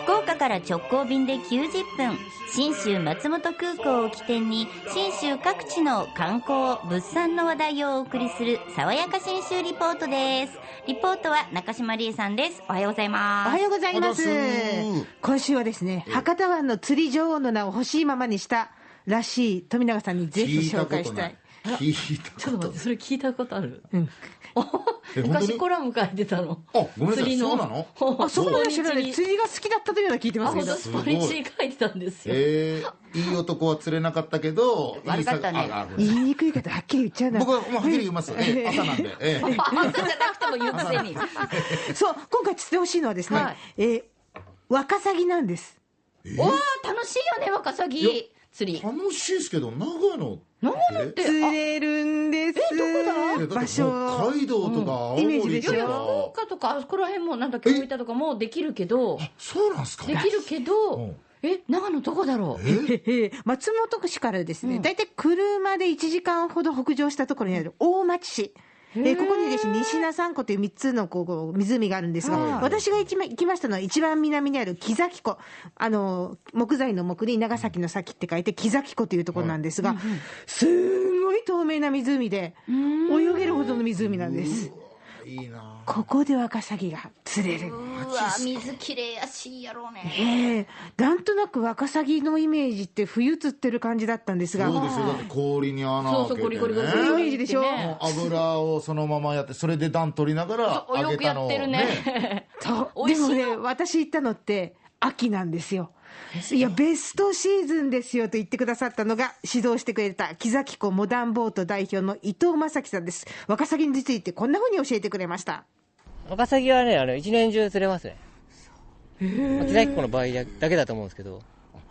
福岡から直行便で90分、信州松本空港を起点に信州各地の観光物産の話題をお送りする爽やか信州リポートです。リポートは中島理恵さんです。おはようございます。 おはようございます。今週はですね、博多湾の釣り女王の名を欲しいままにしたらしい富永さんにぜひ紹介したい。 聞いたことない。 ちょっと待って、それ聞いたことある。 うん、 昔コラム書いてたの。 あ、ごめんなさい。 釣りの。 そうなの？ あ、そうなんですよね。釣りが好きだったというのは聞いてますけど。 スポニチに書いてたんですよ。 いい男は釣れなかったけど、 悪かったね。 言いにくいけどはっきり言っちゃうな。 僕はもうはっきり言います。朝なんで。 朝じゃなくても言うくせに。 そう、今回釣ってほしいのはですね、ワカサギなんです。 おー、楽しいよね、ワカサギ釣り。 楽しいですけど、長野って釣れるんです。 どこだ？場所。 北海道とか青イメージでしょ。 森とか。 福岡とかあそこら辺もなんだっけ、大分とかもできるけど。 そうなんですか。 できるけど、長野どこだろう。 松本市からですね、だいたい車で1時間ほど北上したところにある大町市。ここにですね、西名山湖という3つの湖があるんですが、私が行きましたのは一番南にある木崎湖、木材の木に長崎の崎って書いて木崎湖というところなんですが、すごい透明な湖で泳げるほどの湖なんです。 いいな。 ここでワカサギが釣れる。 うわ、水きれいやしやろうね。 なんとなくワカサギのイメージって冬釣ってる感じだったんですが、 そうですよ。だって氷に穴開けてね。 そうそう、ゴリゴリゴリ。 そういうイメージでしょ。 油をそのままやって、それで段取りながら揚げたのをね。 よくやってるね。 でもね、私行ったのって秋なんですよ。いや、ベストシーズンですよと言ってくださったのが、指導してくれた木崎湖モダンボート代表の伊藤正樹さんです。ワカサギについてこんな風に教えてくれました。 ワカサギはね、一年中釣れますね。木崎湖の場合だけだと思うんですけど。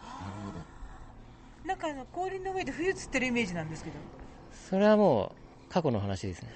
なんか氷の上で冬釣ってるイメージなんですけど。 それはもう過去の話ですね。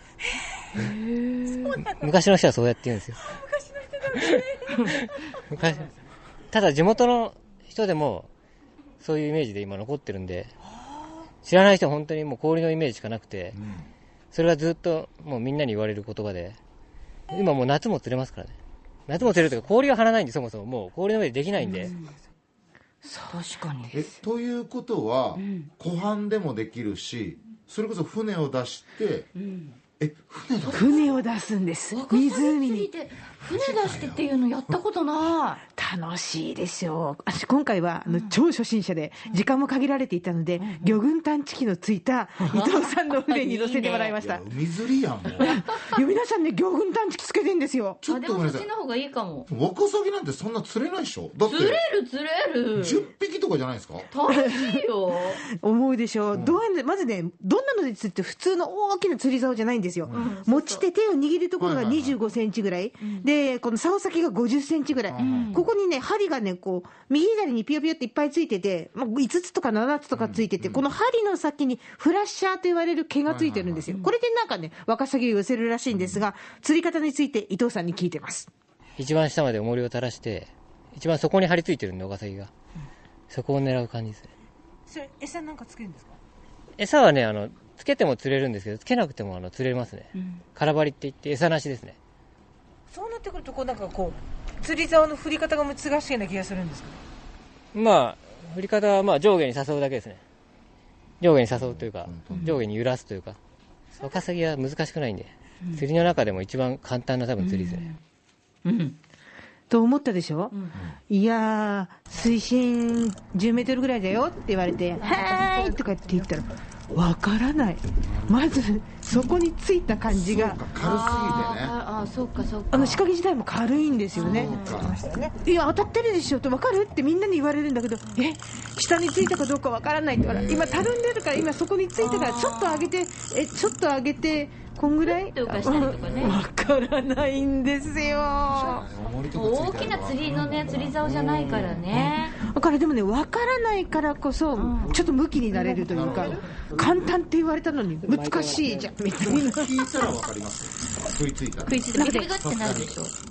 昔の人はそうやって言うんですよ。昔の人だね。ただ地元の人でもそういうイメージで今残ってるんで、知らない人は本当にもう氷のイメージしかなくて、それがずっともうみんなに言われる言葉で、今もう夏も釣れますからね。夏も釣れるというか、氷が張らないんで、そもそももう氷の上でできないんで。 確かに。 ということは、湖畔でもできるし、それこそ船を出して、 船を出すんです。湖に。 船出してっていうのやったことない。 楽しいですよ。私今回は超初心者で時間も限られていたので、魚群探知機のついた伊藤さんの船に乗せてもらいました。 海釣りやんもう。 いや、皆さんね、魚群探知機つけてんですよ。 ちょっとごめんなさい。 そっちの方がいいかも。 ワカサギなんてそんな釣れないでしょ。だって釣れる。 10匹とかじゃないですか。 楽しいよ。 思うでしょ。まずね、どんなので釣って普通の大きな釣り竿じゃないんですよ。持ち手を握るところが25センチぐらいで、この竿先が50センチぐらい。ここにね、針がね、こう右左にピヨピヨっていっぱいついてて、5つとか7つとかついてて、この針の先にフラッシャーと言われる毛がついてるんですよ。これでなんかね、ワカサギを寄せるらしいんですが、釣り方について伊藤さんに聞いてます。 一番下まで重りを垂らして、一番底に張り付いてるんで、ワカサギが。そこを狙う感じですね。 それ餌なんかつけるんですか？ 餌はね、つけても釣れるんですけど、つけなくても釣れますね。空張りって言って餌なしですね。 そうなってくるとなんか釣り竿の振り方が難しいような気がするんですけど。 まあ振り方は上下に誘うだけですね。上下に誘うというか、上下に揺らすというか。ワカサギは難しくないんで、釣りの中でも一番簡単な多分釣りですね。 と思ったでしょ、いやー、水深10メートルぐらいだよって言われて、はーいとかって言ったら、わからない。まずそこについた感じが軽すぎてね。 そうかそうか。 仕掛け自体も軽いんですよね。いや、当たってるでしょって分かるってみんなに言われるんだけど、下についたかどうか分からないって言われ、今たるんでるから、今そこについたからちょっと上げて、ちょっと上げてこんぐらいとかしたりとかね。 分からないんですよ。 大きな釣りのね、釣り竿じゃないからね。 だからでもね、分からないからこそちょっと向きになれるというか、簡単って言われたのに難しいじゃんみたいな。 聞いたら分かります。食いついたら。 食いついてビリビリってなるでしょ。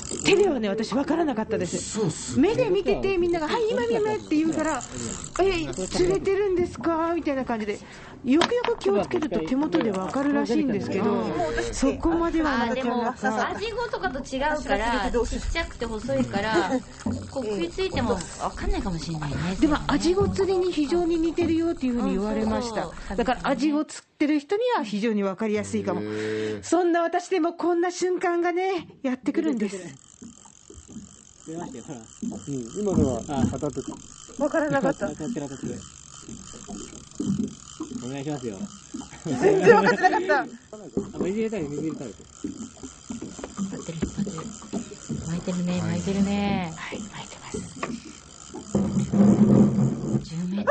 手ではね、私分からなかったです。 そうっす。 目で見てて、みんなが、はい、今って言うから、釣れてるんですかみたいな感じで、よくよく気をつけると手元で分かるらしいんですけど、そこまではなかなか。 味ごとかと違うから、ちっちゃくて細いから、こう食いついても分かんないかもしれないね。 でも、アジゴ釣りに非常に似てるよっていうふうに言われました。だから、アジゴ釣ってる人には非常に分かりやすいかも。そんな私でもこんな瞬間がね、やってくるんです。 出ましたよ、ほら。今のは当たってた。 分からなかった。 当たってる。お願いしますよ。 全然分かってなかった。 水入れたい、水入れたい。 巻いてるね。はい、巻いてます。10メートル。釣れてる。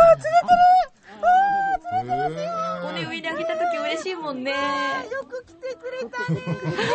おね、上に上げたとき嬉しいもんね。よく来てくれたね。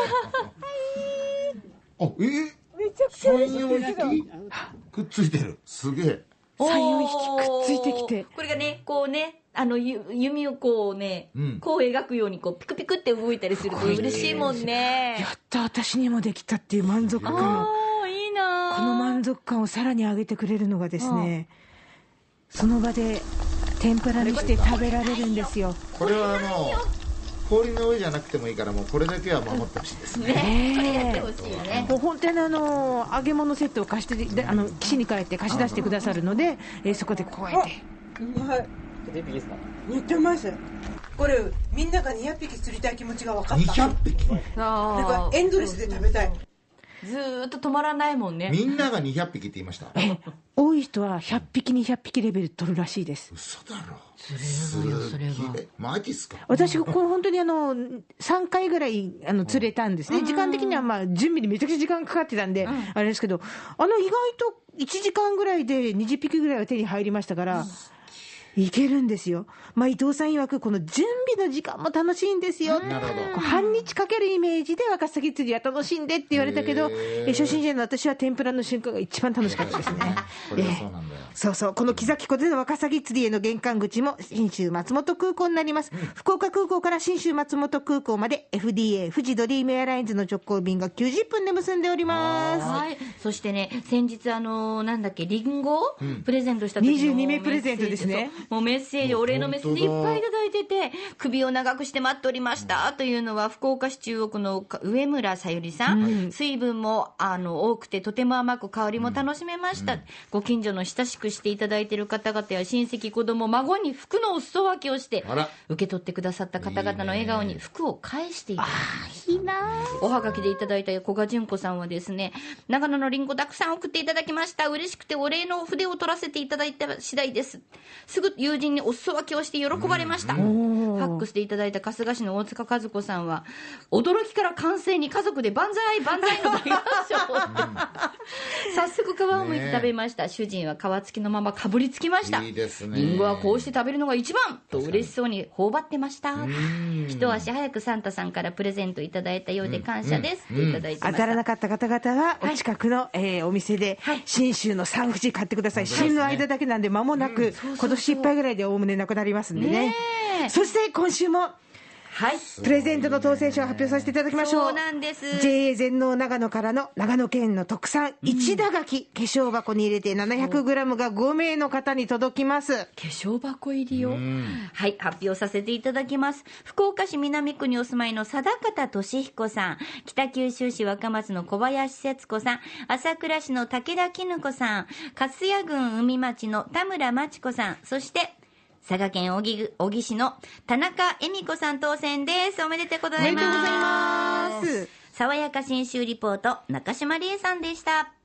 あ、 めちゃくちゃ嬉しい。 3、4匹くっついてる。すげえ。 3、4匹くっついてきて。 これがね、こうね、弓をこうね、こう描くようにこうピクピクって動いたりすると嬉しいもんね。 やった、私にもできたっていう満足感。 いいな。 この満足感をさらに上げてくれるのがですね、その場で天ぷらにして食べられるんですよ。 これは氷の上じゃなくてもいいから、もうこれだけは守ってほしいですね。 これやってほしいよね。 もう本当に揚げ物セットを貸して岸に帰って貸し出してくださるので、そこでこうやって。 はい。 出ていいですか？ 言ってます。これみんなが200匹釣りたい気持ちが分かった。 200匹。 だからエンドレスで食べたい。 ずーっと止まらないもんね。 みんなが200匹って言いました。 多い人は100匹200匹レベル取るらしいです。 嘘だろ。 釣れるのよ、それが。 マジっすか？ 私これ本当に3回ぐらい釣れたんですね。時間的には準備にめちゃくちゃ時間かかってたんで、あれですけど、意外と1時間ぐらいで20匹ぐらいは手に入りましたから、いけるんですよ。伊藤さん曰くこの準備の時間も楽しいんですよ。 なるほど。 半日かけるイメージでワカサギ釣りは楽しんでって言われたけど、初心者の私は天ぷらの瞬間が一番楽しかったですね。 これはそうなんだよ。 そう、この木崎湖でのワカサギ釣りへの玄関口も信州松本空港になります。福岡空港から信州松本空港まで FDA 富士ドリームエアラインズの直行便が90分で結んでおります。 はい。そしてね、先日なんだっけ、リンゴをプレゼントした時の 22名プレゼントですね。 もうメッセージ、お礼のメッセージいっぱいいただいてて、首を長くして待っておりましたというのは、福岡市中央区の上村さゆりさん、水分も多くてとても甘く香りも楽しめました、ご近所の親しくしていただいている方々や親戚、子供、孫に服のお裾分けをして受け取ってくださった方々の笑顔に服を返していただきました。いいな。おはがきでいただいた古賀純子さんはですね、長野のりんごたくさん送っていただきました。嬉しくてお礼の筆を取らせていただいた次第です。すぐ友人にお裾分けをして喜ばれました。ファックスでいただいた春日市の大塚和子さんは、驚きから歓声に家族で万歳万歳の大合唱。早速皮をむいて食べました。主人は皮付きのままかぶりつきました。 いいですね。 リンゴはこうして食べるのが一番と嬉しそうに頬張ってました。一足早くサンタさんからプレゼントいただいたようで感謝ですっていただいてました。 当たらなかった方々はお近くの、お店で信州の三富士買ってください。旬の間だけなんで間もなく今年いっぱいぐらいでおおむねなくなりますんでね。そして今週もプレゼントの当選者を発表させていただきましょう。 そうなんです。 JA 全農長野からの長野県の特産市田柿、化粧箱に入れて 700g が5名の方に届きます。 化粧箱入りを、はい、発表させていただきます。福岡市南区にお住まいの貞方俊彦さん、北九州市若松の小林節子さん、朝倉市の武田絹子さん、粕谷郡海町の田村真知子さん、そして佐賀県小城市の田中恵美子さん当選です。おめでとうございます。 おめでとうございます。 爽やか新州リポート、中島理恵さんでした。